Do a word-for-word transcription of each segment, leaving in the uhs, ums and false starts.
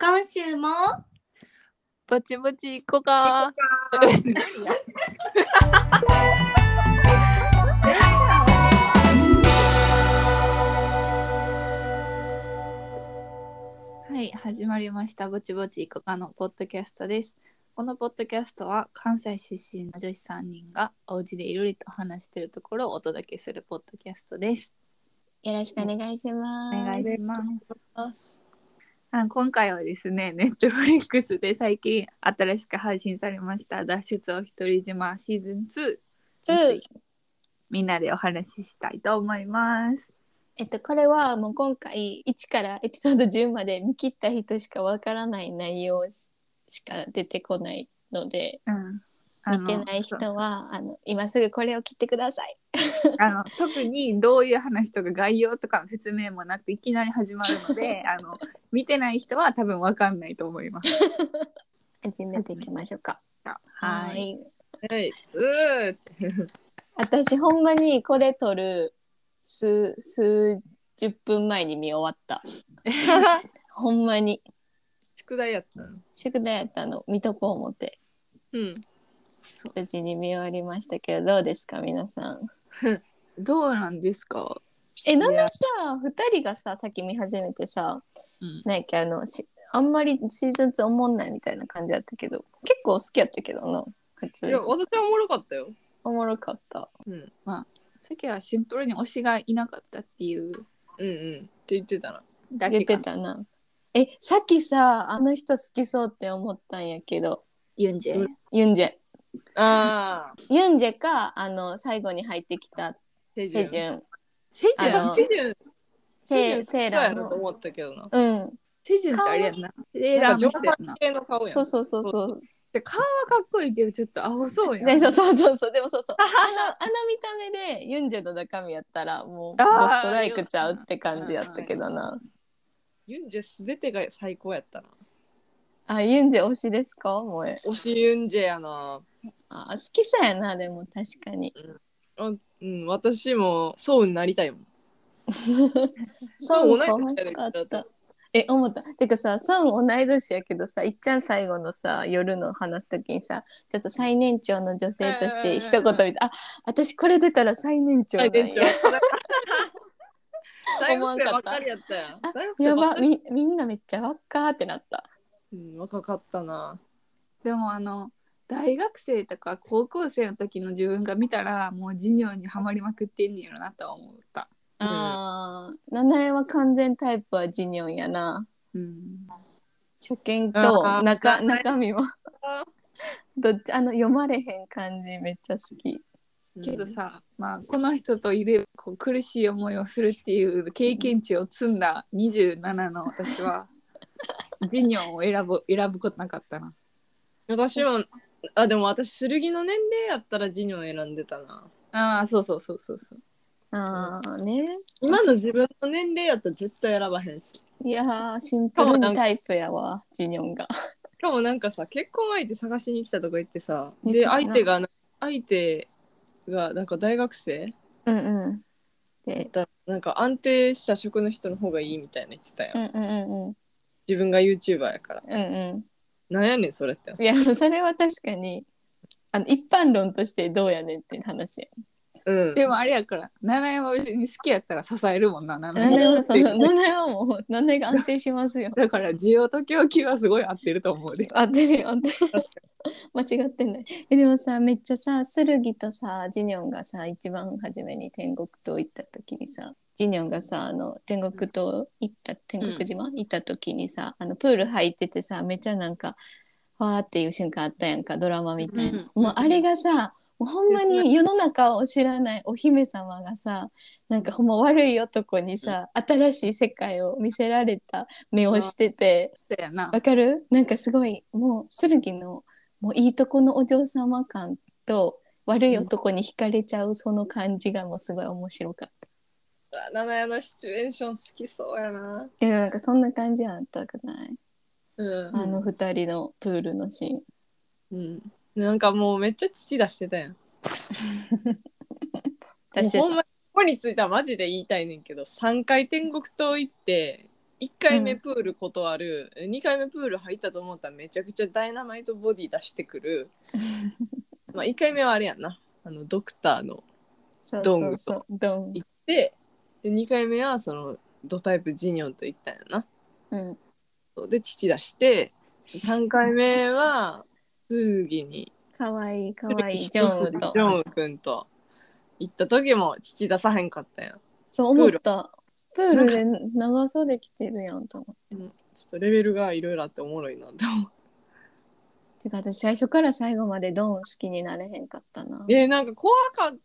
今週もぼちぼち行こうか。はい、始まりました。ぼちぼち行こうかのポッドキャストです。このポッドキャストは関西出身の女子さんにんがお家でいろいろと話しているところをお届けするポッドキャストです。 よろしくお願いします。 お願いします。あ今回はですね、ネットフリックスで最近新しく配信されました脱出お一人島シーズンツーについてみんなでお話ししたいと思います。 えっとこれはもう今回いちからエピソードじゅうまで見切った人しかわからない内容しか出てこないので、 うん、 見てない人はあの今すぐこれを切ってください。 あの特にどういう話とか概要とかの説明もなくいきなり始まるのであの見てない人は多分わかんないと思います。 始めていきましょうか。 はい。 はい、ずーっと私ほんまにこれ撮る数数十分前に見終わった。ほんまに宿題やったの。 宿題やったの見とこう思って。 うん。 無事に見終わりましたけどどうですか皆さん。 どうなんですか。 えなんでさふたりがささっき見始めてさ、うん、なんかあのしあんまりシーズンツーおもんないみたいな感じだったけど結構好きやったけどな普通。 いや私はおもろかったよ。 おもろかった。 うんまあさっきはシンプルに推しがいなかったっていう。 うんうんって言ってたな。 だけ言ってたな。えさっきさあの人好きそうって思ったんやけどユンジェユンジェあユンジェかあの最後に入ってきたセジュンセジュンセジュンセセーラーのと思ったけどな。 うんセジュンってあれやんな。セーラーの人やんな。 系の顔やん。 そうそうそうそう。 で顔はかっこいいけどちょっとアホそうやん。 そうそうそうそうでもそうそうあのあの見た目でユンジェの中身やったらもうドストライクちゃうって感じやったけどな。 ユンジェすべてが最高やったな。 あユンジェ推しですかもえ。 推しユンジェやな。 あ好きそうやなでも確かに。 うん、うん、私もそうになりたいもん。 そう可愛かった。え思ったてかさソン同い年やけどさいっちゃん最後のさ夜の話すときにさちょっと最年長の女性として一言見て、あ私これ出たら最年長なんや。 最年長大学生ばっかりやったやん。 あやば み, みんなめっちゃ若ーってなった。 うん若かったな。 でもあの大学生とか高校生の時の自分が見たらもうジニョンにはまりまくってんねやろなとは思った。 あー、ナナエは完全タイプはジニョンやな。うん、初見と中中身もどっちあの読まれへん感じめっちゃ好き。 けどさ、まあ、この人といればこう苦しい思いをするっていう経験値を積んだにじゅうななの私はジニョンを選ぶ選ぶことなかったな。 私もあでも私剣の年齢やったらジニョン選んでたな。 ああそうそうそうそうそう。 ああね。 今の自分の年齢やったら絶対選ばへんし。 いやーシンプルにタイプやわジニョンが。 しかもなんかさ結婚相手探しに来たとか言ってさで相手が相手がなんか大学生うんうんでだなんか安定した職の人の方がいいみたいな言ってたやん。 うんうんうんうん。 自分が YouTuber やから。 うんうん。 なんやねんそれって。 いやそれは確かにあの一般論としてどうやねんって話や。 うん、でもあれやから七重は別に好きやったら支えるもんな。 七重はそう七重はもう七重が安定しますよ。 だから需要と供給はすごい合ってると思うで。 合ってる合ってる間違ってない。えでもさめっちゃさ剣とさジニョンがさ一番初めに天国島行った時にさジニョンがさあの天国島行った天国島、うん、行った時にさあのプール入っててさめっちゃなんかファーっていう瞬間あったやんかドラマみたいな、うん、もうあれがさもうほんまに世の中を知らないお姫様がさなんかほんま悪い男にさ新しい世界を見せられた目をしててわかるなんかすごいもう剣のもういいとこのお嬢様感と悪い男に惹かれちゃうその感じがもうすごい面白かった。 七重のシチュエーション好きそうやな。 いやなんかそんな感じあったくない、 うん、 あの二人のプールのシーン、うん、なんかもうめっちゃ父出してたやんほんまにここについてはマジで言いたいねんけどさんかい天国島行っていっかいめプール断る、うん、にかいめプール入ったと思ったらめちゃくちゃダイナマイトボディ出してくるまあいっかいめはあれやんな、あのドクターのドングと行ってでにかいめはそのドタイプジニョンと行ったんやな、うん、で父出してさんかいめは次にかわいいかわいいジョンウとジョンウくんと行った時も父出さへんかったやん。 そう思ったプールで長袖着てるやんと思って、 うん、ちょっとレベルがいろいろあっておもろいなって思う。 てか私最初から最後までドン好きになれへんかったな。 えー、なんか怖かった、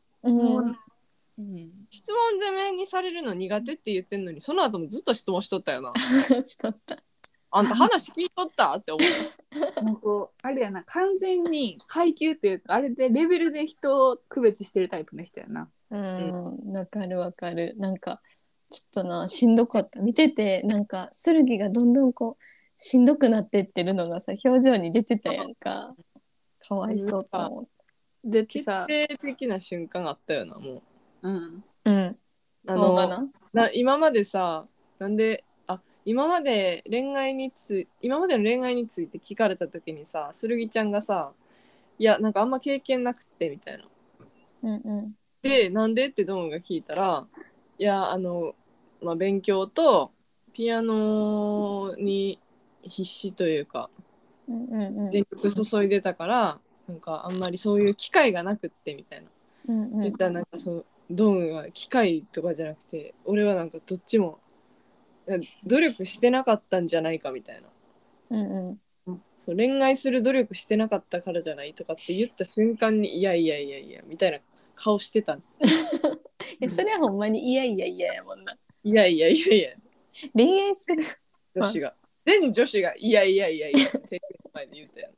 うんもう、うん、質問攻めにされるの苦手って言ってんのにその後もずっと質問しとったよなしとったあんた話聞いとったって思うもうこうあれやな、完全に階級っていうかあれでレベルで人を区別してるタイプの人やな。 うんわかるわかる。なんかちょっとなしんどかった見てて、なんか剣がどんどんこうしんどくなってってるのがさ表情に出てたやんか。かわいそうと思ってで決さ定的な瞬間があったよなもう。うんうんうあのなな今までさなんであ今まで恋愛につ今までの恋愛について聞かれた時にさ剣ちゃんがさいやなんかあんま経験なくってみたいな、 うんうんでなんでってドンが聞いたらいやあの、まあ、勉強とピアノに必死というかうんうんうん全力注いでたからなんかあんまりそういう機会がなくってみたいな、 うんうん言ったらなんかそうドンは機会とかじゃなくて俺はなんかどっちも努力してなかったんじゃないかみたいな、 うんうん、 そう恋愛する努力してなかったからじゃないとかって言った瞬間にいやいやいやいやみたいな顔してたんえそれはほんまにいやいやいややもんな。 いやいやいやいや恋愛する女子が全女子がいやいやいやいやってテレビの前で言うたやん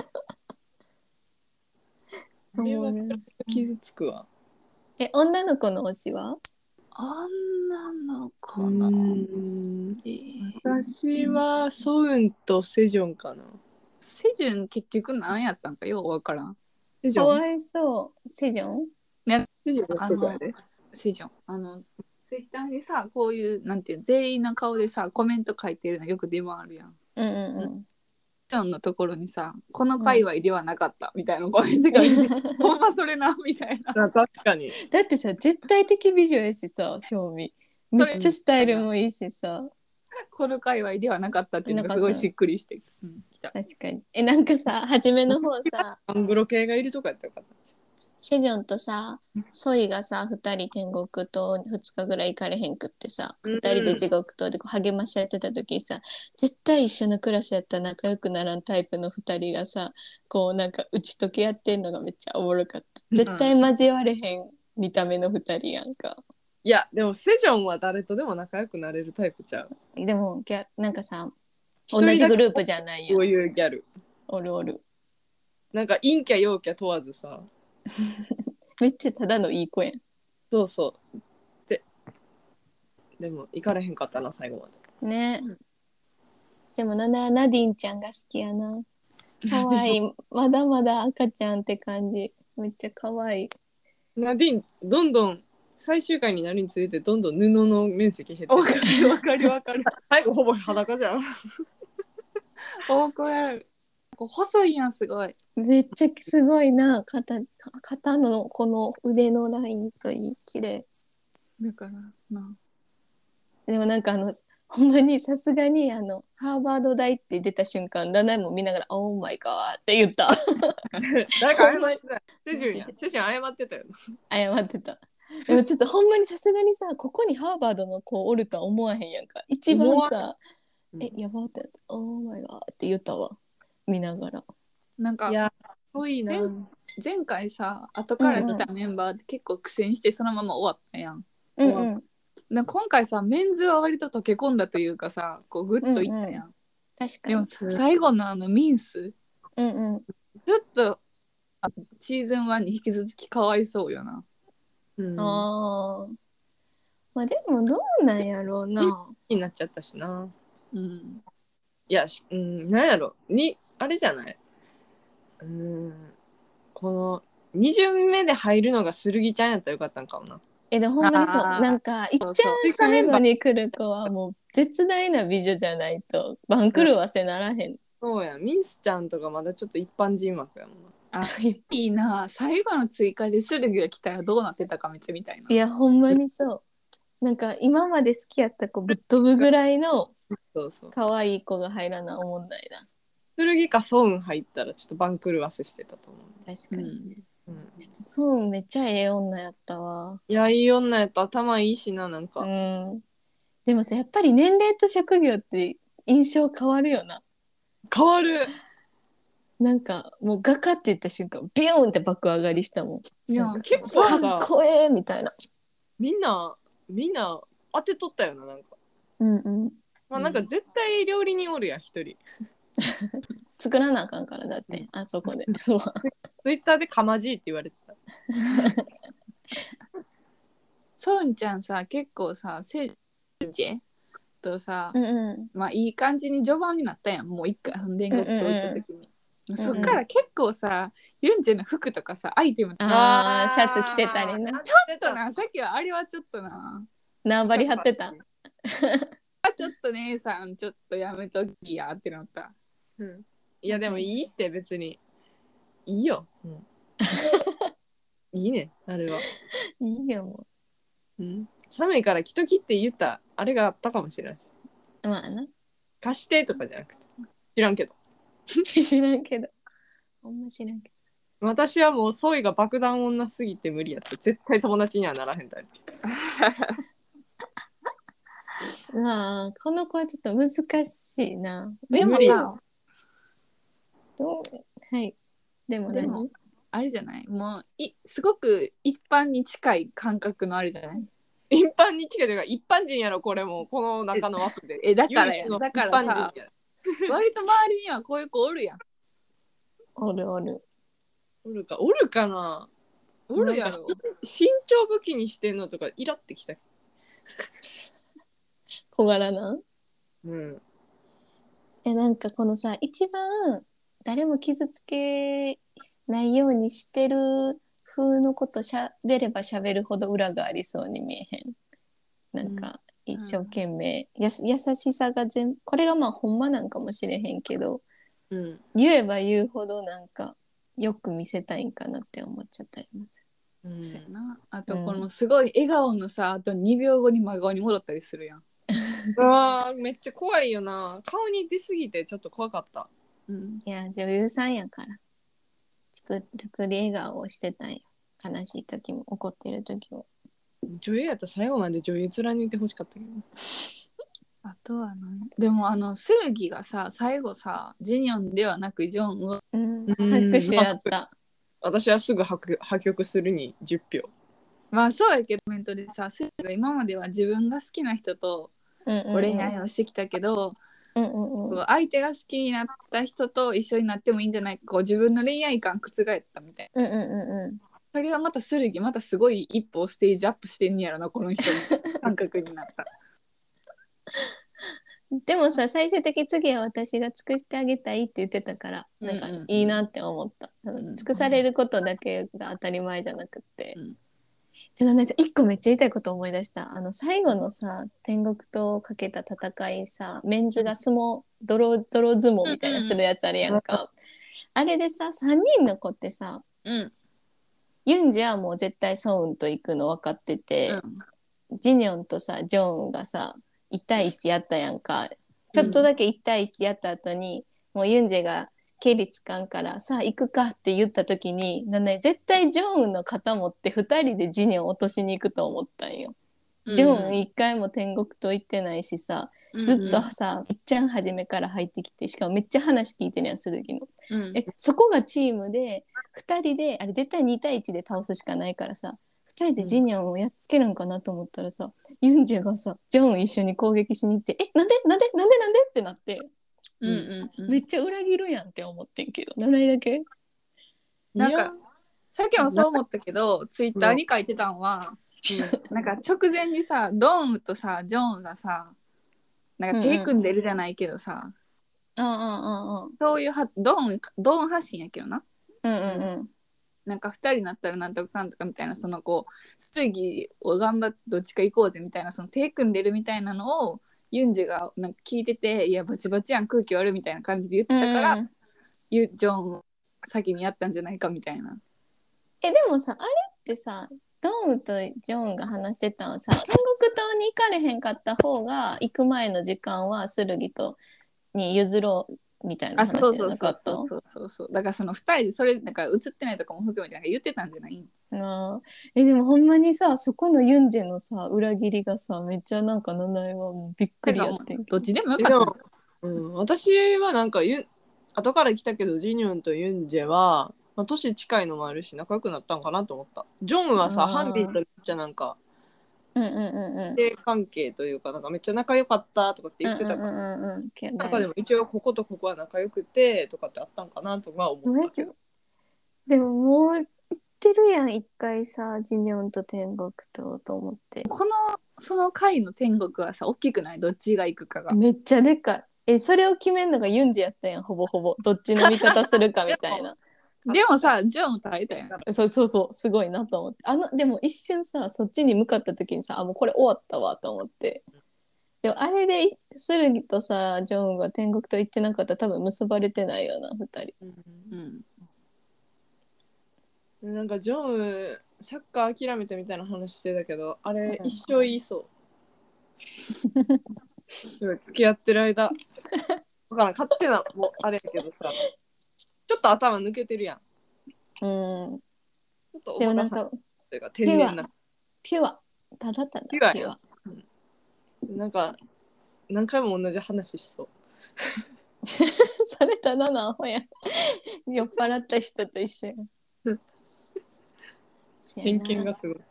これは傷つくわ。 え女の子の推しは女の子の、 えー、私はソウンとセジョンかな。 セジュン結局何やったんかようわからん。 セジョンかわいそうセジョンね、 セジョンあのセジョンあのツイッターにさこういうなんていう全員の顔でさコメント書いてるのよく出回るやん。 うんうんうんセジョンのところにさこの界隈ではなかったみたいなコメントが書いて、うん、ほんまそれなみたいな。 確かに。 だってさ絶対的美女やしさ正味めっちゃスタイルもいいしさこの界隈ではなかったっていうのがすごいしっくりして、うん、きた。 確かにえなんかさ初めの方さアングロ系がいるとかやったらよかった。 セジョンとさソイがさふたり天国島ふつかぐらい行かれへんくってさ、うん、ふたりで地獄島でこう励まし合ってた時にさ絶対一緒のクラスやったら仲良くならんタイプのふたりがさこうなんか打ち解け合ってんのがめっちゃおもろかった。絶対交われへん見た目のふたりやんか。 いやでもセジョンは誰とでも仲良くなれるタイプちゃう。 でもなんかさ同じグループじゃないやん。 こういうギャルおるおる。 なんか陰キャ陽キャ問わずさめっちゃただのいい子やん。 そうそうででも行かれへんかったな最後までね、うん、でもななナディンちゃんが好きやな。かわいいまだまだ赤ちゃんって感じめっちゃかわいい。 ナディンどんどん最終回になるにつれてどんどん布の面積減ってわかるわかるわかる最後ほぼ裸じゃん大子やる細いやんすごい。 めっちゃすごいな 肩, 肩のこの腕のラインといい綺麗だからな。 でもなんかあのほんまにさすがにあのハーバード大って出た瞬間だんだんも見ながら「オーマイガー」って言った誰か謝ってたセジュンやセジュン謝ってたよ謝ってた。でもちょっとほんまにさすがにさここにハーバードの子おるとは思わへんやんか。一番さ「えやば」って「オーマイガー」って言ったわ見ながら。 なんかいやすごいな。 前回さ後から来たメンバーって結構苦戦してそのまま終わったやん。 うんうん、 で今回さメンズは割と溶け込んだというかさこうグッといったやん、うんうん、 確かに。 でも最後のあのミンス、 うんうん、 ちょっとシーズンワンに引き続きかわいそうよな、 うん、あまあでもどうなんやろうなになっちゃったしな、 うん、 いやし、うん、なんやろにあれじゃない、うん、このに巡目で入るのが剣ちゃんやったらよかったんかもな。 えでもほんまにそうなんかいっちゃん最後に来る子はもう絶大な美女じゃないと番狂わせならへん。 そうや、ミンスちゃんとかまだちょっと一般人枠やもんな。 あいいな。最後の追加でスルギが来たらどうなってたかめっちゃみたいな。 いやほんまにそう。なんか今まで好きやった子ぶっ飛ぶぐらいのそうそう。 可愛い子が入らなおもんないな。 剣かソウン入ったらちょっと番狂わせしてたと思う。 確かに。 うん。 ちょっとそうめっちゃええ女やったわ。 いや、いい女やった。頭いいしな、なんか。 うん。でもさやっぱり年齢と職業って印象変わるよな。 変わる。 なんかもう画家って言った瞬間ビヨーンって爆上がりしたもん。 いやなんか結構さかっこええみたいな。 みんな、みんな当てとったよな、なんか。 うんうん。 まあなんか絶対料理人おるやん、一人。 作らなあかんからだって、うん、あそこで。 ツイッターでかまじいって言われてた。 ソンちゃんさ結構さセンジェとさ、 うんうん、 まあいい感じに序盤になったやん。もう一回煉獄と行った時に、うんうん、そっから結構さ、うん、ユンジェの服とかさアイテムとかあシャツ着てたりな。 ちょっとなさっきはあれはちょっとな縄張り張ってた。 ちょっと姉さんちょっとやめときやってなった、 うん、いやでもいいって別にいいよ、うん、いいねあれはいいよもう、うん、寒いから着ときって言ったあれがあったかもしれないし、 まあな貸してとかじゃなくて知らんけど知らんけどほんま知らんけど私はもうソイが爆弾女すぎて無理やって絶対友達にはならへんタイプまあこの子はちょっと難しいな。 でもさどうはいでも何でもあれじゃないもういすごく一般に近い感覚のあれじゃない一般に近いというか一般人やろこれもこの中の枠でえだからやだからさ割と周りにはこういう子おるやん。 おるおるおるかおるかなおるやろ。 身長武器にしてんのとかイラってきた小柄なうんえなんかこのさ一番誰も傷つけないようにしてる風のことしゃべればしゃべるほど裏がありそうに見えへん。なんか一生懸命、うん、や優しさが全これがまあほんまなんかもしれへんけど、 うん、 言えば言うほどなんかよく見せたいんかなって思っちゃったります。 うん、そうやな。あとこのすごい笑顔のさ、あとにびょうごに真顔に戻ったりするやん。 あめっちゃ怖いよな。顔に出すぎてちょっと怖かった。 うん、いや女優さんやから作作り笑顔をしてたんや。悲しい時も怒ってる時も。 女優やったら最後まで女優貫いてほしかったけど。 あとはね。でもあのスルギがさ最後さジニョンではなくジョンを、 うん、拍手やった。 私はすぐ破局するにじゅっぴょう。 まあそうやけどコメントでさスルギが今までは自分が好きな人と恋愛をしてきたけど、うんうんうん、相手が好きになった人と一緒になってもいいんじゃないかこう自分の恋愛観覆ったみたいな、うんうんうん、それはまたスルギまたすごい一歩ステージアップしてんねやろなこの人の感覚になったでもさ最終的に次は私が尽くしてあげたいって言ってたからなんかいいなって思った、うんうんうん、尽くされることだけが当たり前じゃなくて、うんちょっとね、一個めっちゃ言いたいこと思い出した。あの、最後のさ、天国とかけた戦いさ、メンズが相撲、泥、泥相撲みたいなするやつあるやんか。うんうん、あれでさ、さんにんの子ってさ、うん、ユンジはもう絶対ソウンと行くの分かってて、うん、ジニョンとさ、ジョンがさ、いち対いちやったやんか。ちょっとだけいち対いちやった後に、うん、もうユンジェが、蹴りつかんからさあ行くかって言った時になん、ね、絶対ジョンウンの肩持ってふたりでジニョン落としに行くと思ったんよ、うん、ジョンウン一回も天国と行ってないしさずっとさ、うん、いっちゃん初めから入ってきてしかもめっちゃ話聞いてるやんするぎの、うん、えそこがチームでふたりであれ絶対に対いちで倒すしかないからさふたりでジニョンをやっつけるんかなと思ったらさ、うん、ユンジェがさジョンウン一緒に攻撃しに行ってえなんでなんでなんでなんでってなってうんうんうん、めっちゃ裏切るやんって思ってんけどなないだけなんかさっきもそう思ったけどツイッターに書いてたんは、うん、なんか直前にさドンウとさジョンがさなんか手組んでるじゃないけどさ、うんうんうんうん、そういうはドンドン発信やけどな、うんうんうん、なんかふたりになったらなんとかかんとかみたいなそのこうストギを頑張ってどっちか行こうぜみたいなその手組んでるみたいなのをユンジがなんか聞いてて、いやバチバチやん空気悪いみたいな感じで言ってたから、 うん、 ユジョン先にやったんじゃないかみたいな。 えでもさあれってさドンウとジョンが話してたのさ、天国島に行かれへんかった方が行く前の時間は剣とに譲ろうみたいなあ、そう話じゃそうそうなかった？ そうそうそう。だからそのふたりでそれなんか映ってないとかも含めてなんか言ってたんじゃない？ なあえでもほんまにさそこのユンジェのさ裏切りがさめっちゃなんか七重はもうびっくりやってんけど。 どっちでもよかったんですか？ うん、私はなんかユ後から来たけどジニョンとユンジェは、まあ、年近いのもあるし仲良くなったんかなと思った。ジョンはさハンビンとめっちゃなんかうんうんうんうん性関係というかなんかめっちゃ仲良かったとかって言ってたから、 うんうんうんうんけどなんかでも一応こことここは仲良くてとかってあったんかなとか思ったけど。 でももう行ってるやん一回さジニョンと天国とと思って。 このその回の天国はさ大きくない？どっちが行くかが。 めっちゃでかい。えそれを決めんのがユンジやったやんほぼほぼどっちの味方するかみたいな。 でもさジョン耐えたやん。 そうそうそうすごいなと思って、あのでも一瞬さそっちに向かった時にさあもうこれ終わったわと思って、でもあれで剣とさジョンが天国と行ってなかったら多分結ばれてないよなふたり。 うんうん、なんかジョンサッカー諦めてみたいな話してたけどあれ一生言いそう、うん、付き合ってる間だから勝手なもうあれやけどさちょっと頭抜けてるやん。 うんちょっとおでもなんかばたさんというか天然なピュアただただピュアピュア。 うん、なんか何回も同じ話しそうそれただのアホやん酔っ払った人と一緒やん偏見がすごい。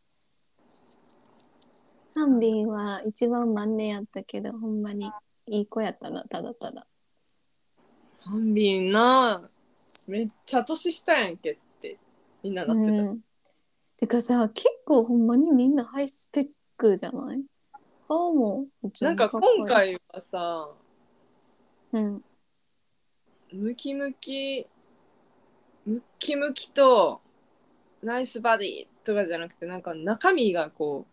ハンビンは一番マンネやったけどほんまにいい子やったなただただ。 ハンビンなめっちゃ年下やんけってみんななってた、 うん、てかさ結構ほんまにみんなハイスペックじゃない？顔も普通なんかにかっこいいし今回はさうんムキムキムキムキとナイスバディとかじゃなくてなんか中身がこう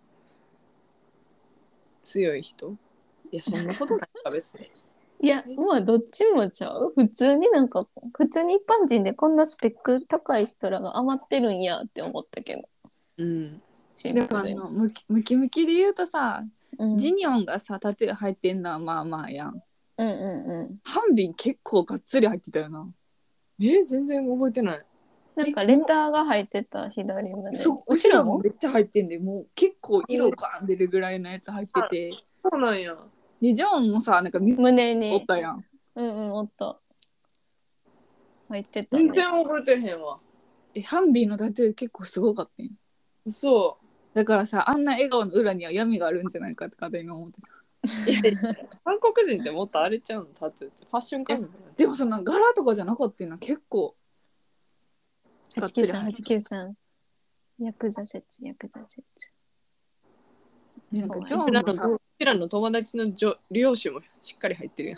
強い人。いやそんなことないか別にいやまあどっちもちゃう普通になんか普通に一般人でこんなスペック高い人らが余ってるんやって思ったけどうんでシンプルに。 もあのムキムキムキで言うとさ、 うん、 ジニョンがさタトゥー入ってんのはまあまあやん。 うんうんうんハンビン結構がっつり入ってたよな。 え全然覚えてない。 なんかレターが入ってた左胸。 そう後ろもめっちゃ入ってんで、もう結構色が出るぐらいのやつ入ってて、 そうなんや。 でジョンもさなんか水胸におったやん。 うんうんおった。入ってたね。 全然覚えてへんわ。 えハンビンのタトゥー結構すごかったん。 そだからさあんな笑顔の裏には闇があるんじゃないかって勝手に思ってた。 う。いやいや韓国人ってもっと荒れちゃうのタトゥーってファッション感覚でもそんな柄とかじゃなかったの結構はちきゅうさんはちきゅうさんヤクザ説ヤクザ説。 なんかジョなんかンもさうちらの友達のじょ両親もしっかり入ってるやん。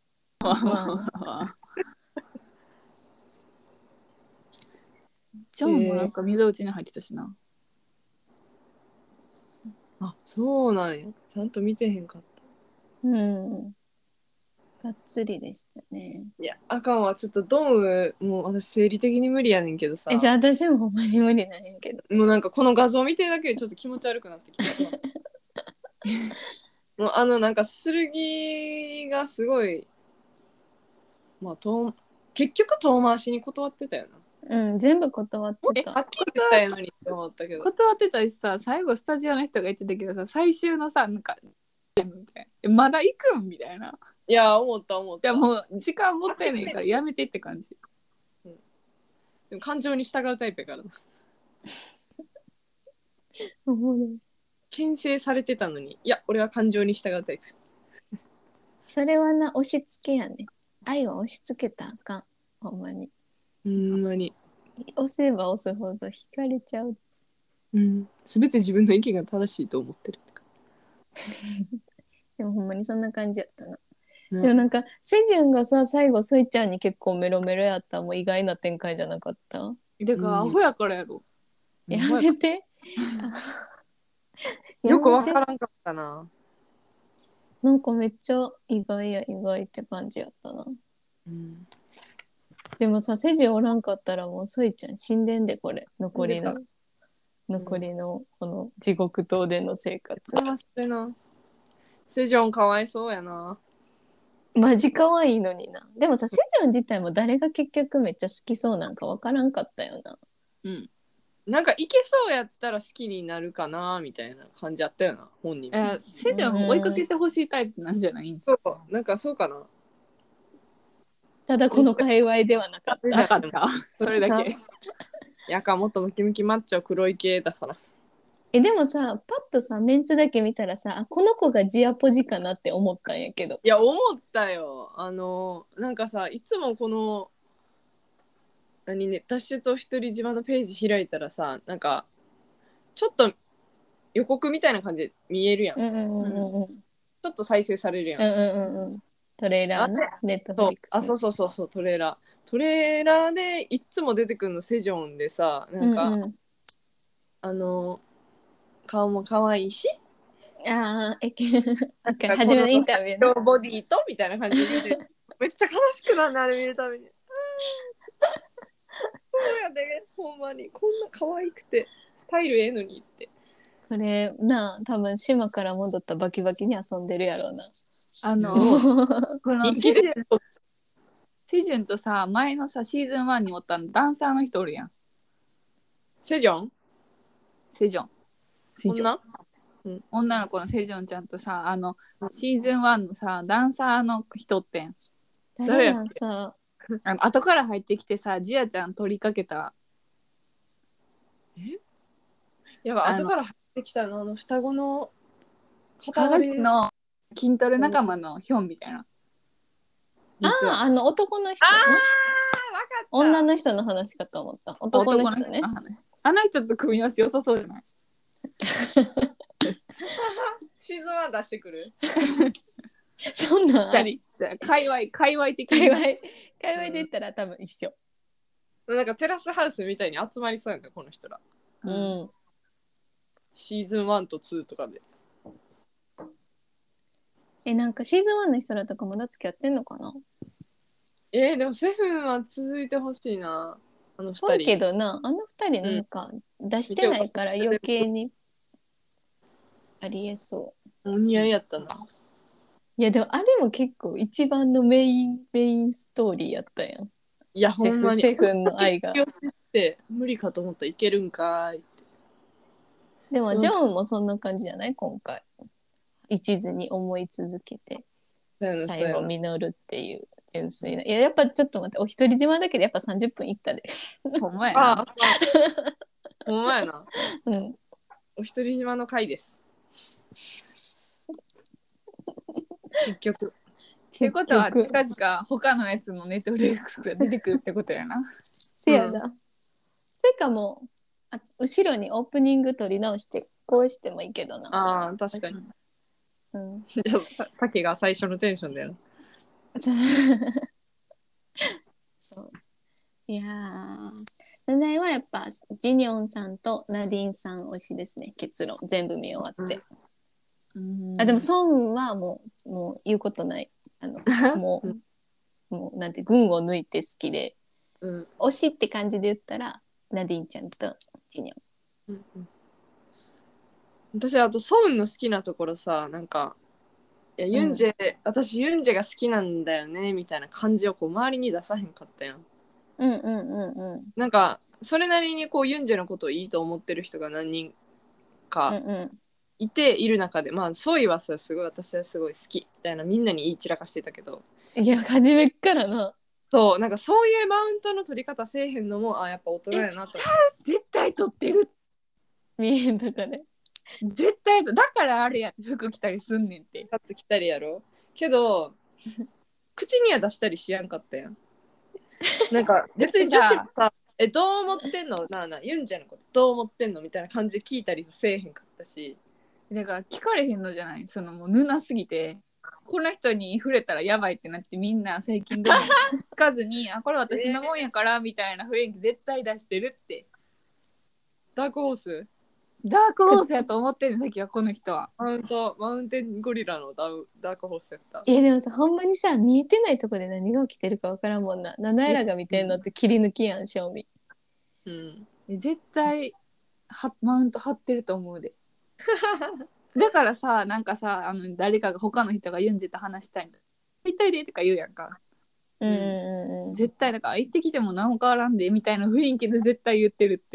ジョンもなんか溝内に入ってたしな。 あそうなんや。ちゃんと見てへんかった。 うんがっつりでしたね。 いやあかんわちょっとドンもう私生理的に無理やねんけどさ。 えじゃあ私もほんまに無理なんやけど。 もうなんかこの画像見てるだけでちょっと気持ち悪くなってきてもうあのなんか剣がすごいまあ遠結局遠回しに断ってたよな。 うん全部断ってえた。 はっきり言ったやのにって思ったけど断ってたしさ最後スタジオの人が言ってたけどさ最終のさなんかみたいなまだ行くんみたいな。 いや思った思ったじゃあもう時間もったいないからやめてって感じ。 でも感情に従うタイプやからな。牽制されてたのにいや俺は感情に従うタイプ。 それはな押し付けやね。愛は押し付けたらあかんほんまに。 ほんまに。 押せば押すほど惹かれちゃう。 うん。すべて自分の意見が正しいと思ってる。 でもほんまにそんな感じやったな。 うん、 でもなんかセジュンがさ最後スイちゃんに結構メロメロやったもう意外な展開じゃなかった？ だからアホやからやろ。 やめて。 よくわからんかったな。 なんかめっちゃ意外や意外って感じやったな。 うん、 でもさ、セジおらんかったらもうソイちゃん死んでんで、これ。残りの、残りのこの地獄島での生活。 それはそれな。セジョンかわいそうやな。 マジ可愛いのにな。でもさ、セジョン自体も誰が結局めっちゃ好きそうなんかわからんかったよな。 うん。 なんかいけそうやったら好きになるかなみたいな感じあったよな、本人も。 えー、セジョン追いかけてほしいタイプなんじゃないん？ そう、なんかそうかな。 ただこの界隈ではなかった。 なかった。それだけ。 やかもっとムキムキマッチョ黒い系ださな。 え、でもさ、パッとさ、メンツだけ見たらさ、あこの子がジアポジかなって思ったんやけど。 いや思ったよ。あのなんかさ、いつもこの何ね、脱出お一人島のページ開いたらさ、なんかちょっと予告みたいな感じで見えるやん。 うんうんうんうん。 ちょっと再生されるやん。 うんうんうんうん。トレーラーのネットフそうリックス。 あ、そうそうそうそう、トレーラー。トレーラーでいっつも出てくるのセジョンでさ、なんか、 うんうん、 あの顔も可愛いし、 ああ、え、 なんか初めのインタビューね。 ボディとみたいな感じで言うてめっちゃ悲しくなるね、あれ見るたびに。そうやで、ほんまにこんな可愛くてスタイルええのにって。 これな、多分島から戻ったバキバキに遊んでるやろうな。 あのこのセジュンセジュンとさ、前のさシーズンワンにおったのダンサーの人おるやん。 セジョンセジョン。 女女の子のセジョンちゃんとさ、あのシーズンワンのさダンサーの人ってん。 誰やんさ。 あの後から入ってきてさ、ジアちゃん取りかけた。 えやばい、後から入ってきたの、あの双子の片割りの筋トレ仲間のヒョンみたいな。 ああ、あの男の人、 あー、わかった。 女の人の話かと思った。男の人ね。 あの人と組み合わせ良さそうじゃない？ シーズンワン出してくる。 そんなんじゃあ界隈界隈的界隈界隈で言ったら多分一緒。 なんかテラスハウスみたいに集まりそうやんか、この人ら。 うん。 シーズンワンとツーとかで。 え、なんかシーズンワンの人らとかまだ付き合ってんのかな？ えー、でもセブンは続いてほしいな。あの二人。 そうけどな、あの二人なんか出してないから余計にありえそう。 お似合いやったな。 いやでもあれも結構一番のメインメインストーリーやったやん。 いやほんまに。 セフンの愛が。 して無理かと思ったらいけるんかーいって。 でもジョンもそんな感じじゃない今回。一途に思い続けて最後実るっていう純粋な。いややっぱちょっと待って、お一人島だけでやっぱさんじゅっぷんいったで。 ほんまやな。 ほんまやな。 うん。 お一人島の回です。結局。 ってことは近々他のやつもネットフリックスが出てくるってことやな。 せやな。それかもうあ後ろにオープニング撮り直してこうしてもいいけどな。 ああ確かに。 うん。 じゃあささっきが最初のテンションだよ。 そういやー、なないはやっぱジニョンさんとナディンさん推しですね。結論全部見終わって。うん、あでもソンはもうもう言うことない。あのもうもうなんて群を抜いて好きで、うん、推しって感じで言ったらナディンちゃんとジニョン。 うんうん、私あとソンの好きなところさ、なんかいやユンジェ、うん、私ユンジェが好きなんだよねみたいな感じをこう周りに出さへんかったやん。 うんうんうんうん。 なんかそれなりにこうユンジェのことをいいと思ってる人が何人かいている中で、うんうん、まあソイはさすごい私はすごい好きみたいなみんなに言い散らかしてたけど、 いや初めっからな。 そうなんかそういうマウントの取り方せえへんのもあやっぱ大人やなと。 絶対取ってる。 見えんだからね。 絶対だからあれや服着たりすんねんって。 シャツ着たりやろ。けど口には出したりしやんかったやん。なんか別に女子もさえどう思ってんのなあなあユンジェのことどう思ってんのみたいな感じで聞いたりもせえへんかったし、 だから聞かれへんのじゃない。そのもうぬなすぎてこの人に触れたらやばいってなってみんな最近どうも聞かずにあこれ私のもんやからみたいな雰囲気絶対出してるって。 ダークホースダークホースやと思ってる時はこの人は。 マウントマウンテンゴリラのダウダークホースやった。 いやでもさ、ほんまにさ、見えてないとこで何が起きてるかわからんもんな。七重らが見てんのって切り抜きやん、正味。 うん。 絶対はマウント張ってると思うで。だからさ、なんかさ、あの誰かが他の人がユンジと話したいみたいでとか言うやんか。 うんうんうん。 絶対だから行ってきても何も変わらんでみたいな雰囲気で絶対言ってるって。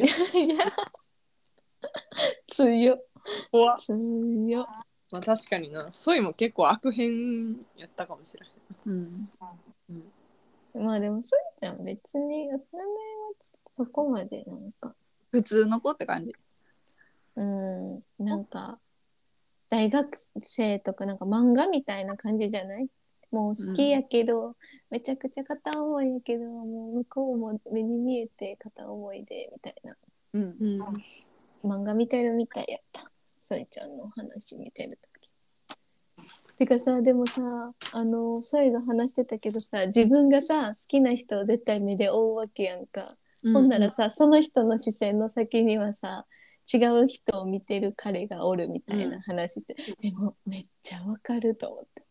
強っ。 怖っ。 強っ。 まあ確かにな。ソイも結構悪変やったかもしれへん。 うん。 うん、まあでもそういったら別に大人はそこまでなんか普通の子って感じ。 うんなんか大学生とかなんか漫画みたいな感じじゃない？もう好きやけど、うん、めちゃくちゃ片思いやけどもう向こうも目に見えて片思いでみたいな、 うんうん、 漫画見てるみたいやった。ソイちゃんの話見てるとき。てかさ、でもさ、あのソイが話してたけどさ、自分がさ好きな人を絶対目で追うわけやんか、うんうん、ほんならさその人の視線の先にはさ違う人を見てる彼がおるみたいな話して、うん、でもめっちゃわかると思って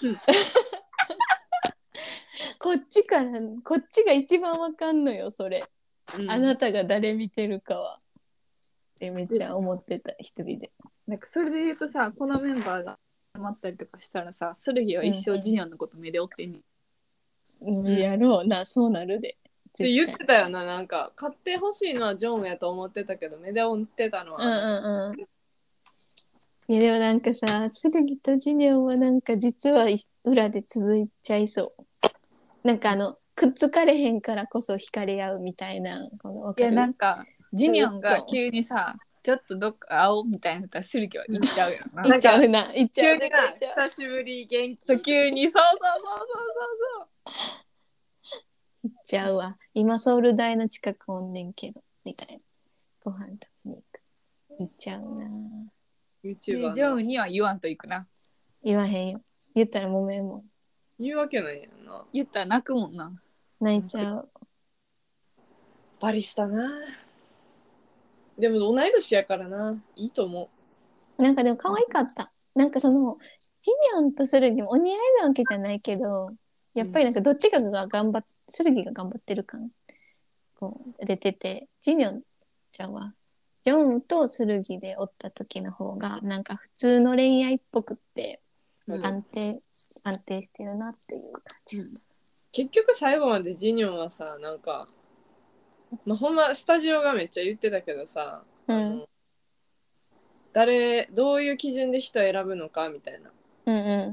こっちからこっちが一番わかんのよそれ、うん、あなたが誰見てるかはってめっちゃ思ってた一人で。 なんかそれで言うとさ、このメンバーが集まったりとかしたらさ、スルギは一生ジニョンのこと目で追ってんねん、 うんうん、やろうな、そうなるでって言ってたよな。なんか買ってほしいのはジョンやと思ってたけど目で追ってたのは、 うんうんうん、いやでもなんかさ、スルギとジニョンはなんか実は裏で続いちゃいそう。なんかあのくっつかれへんからこそ惹かれ合うみたいな。この分かる？ いやなんかジニョンが急にさちょっとどっか会おうみたいなったらスルギは行っちゃうよな。 行っちゃうな、行っちゃう。 急にな、久しぶり元気と急にそうそうそうそうそう行っちゃうわ。今ソウル大の近くおんねんけどみたいな。ご飯食べに行く。行っちゃうな。 YouTuber のジョンには言わんと行くな。 言わへんよ。言ったら揉めんもん。 言うわけないやんな。 言ったら泣くもんな。 泣いちゃう。 バリしたな。でも同い年やからな。いいと思う。なんかでも可愛かった。なんかそのジニョンとスルギもお似合いなわけじゃないけど、やっぱりなんかどっちかが頑張っ、スルギが頑張ってる感こう出てて、ジニョンちゃんはジョンとスルギでおった時の方がなんか普通の恋愛っぽくって安定、うん、安定してるなっていう感じ、うん、 結局最後までジニョンはさ、なんかまあ、ほんまスタジオがめっちゃ言ってたけどさ、うん、あの誰どういう基準で人選ぶのかみたいな、 うんうん、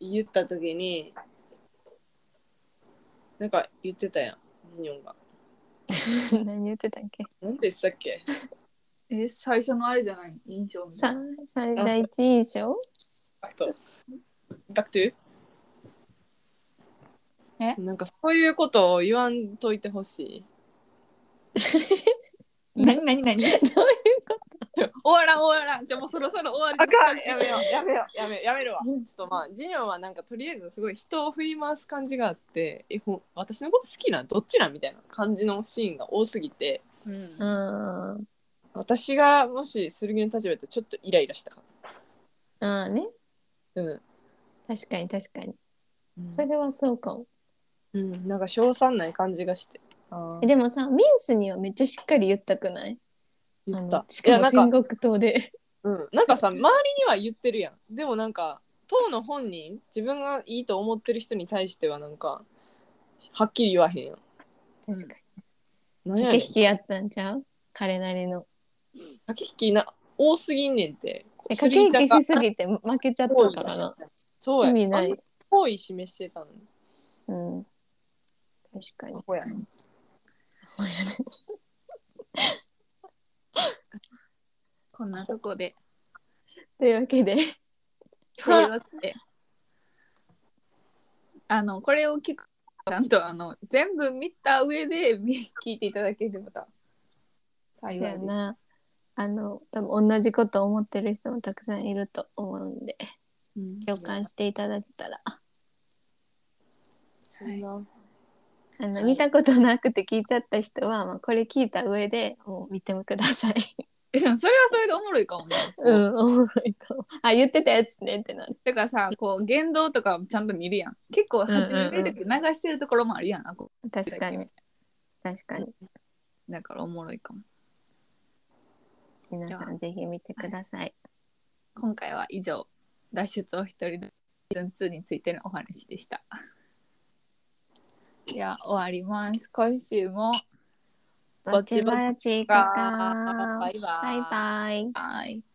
言った時になんか言ってたやん、ジニョンが。 何言ってたっけ？ なんて言ってたっけ？ え、最初のあれじゃない？印象さ最第一印象？ バックトバックトゥえ？なんかそういうことを言わんといてほしい。 何何何どういうこと終わらん終わらん。じゃあもうそろそろ終わり。あかん、やめようやめようやめやめるわ。ちょっとまあジニョンはなんかとりあえずすごい人を振り回す感じがあって、えほ私のこと好きなどっちなんみたいな感じのシーンが多すぎて、うん、私がもし剣の立場だったらちょっとイライラしたかな。ああね。 うん。 確かに確かに。うん、それはそうかも。 うん、なんか賞賛ない感じがして。 あでもさ、ミンスにはめっちゃしっかり言ったくない？ 言った。 しかも天国島で。 うん、なんかさ、周りには言ってるやん。でもなんか、当の本人、自分がいいと思ってる人に対してはなんか、はっきり言わへんやん。 確かに。駆け引きやったんちゃう？彼なりの。 駆け引きな多すぎんねんって。 駆け引きしすぎて負けちゃったからな。 そうや。 意味ない。 好意示してたのに。 うん。確かに。 ほやね。ほやね。 こんなとこで。 というわけで。 というわけで。あの、これを聞く。ちゃんとあの全部見た上で聞いていただければと幸いです。 なあの多分同じこと思ってる人もたくさんいると思うんで、うん、共感していただけたら、 そうな、はい、 あの見たことなくて聞いちゃった人は、まあ、これ聞いた上でもう見てください。 えでもそれはそれでおもろいかもね。 うんおもろいかも。あ言ってたやつねってなる。 だからさこう言動とかちゃんと見るやん。結構初めて流してるところもあるやんな。こう確かに確かに。 だからおもろいかも。 皆さんぜひ見てください。はい、 今回は以上脱出お一人でシーズンツーについてのお話でした。では終わります。今週もぼちぼち行こうか。 バイバイ。 バイバイ。 バイ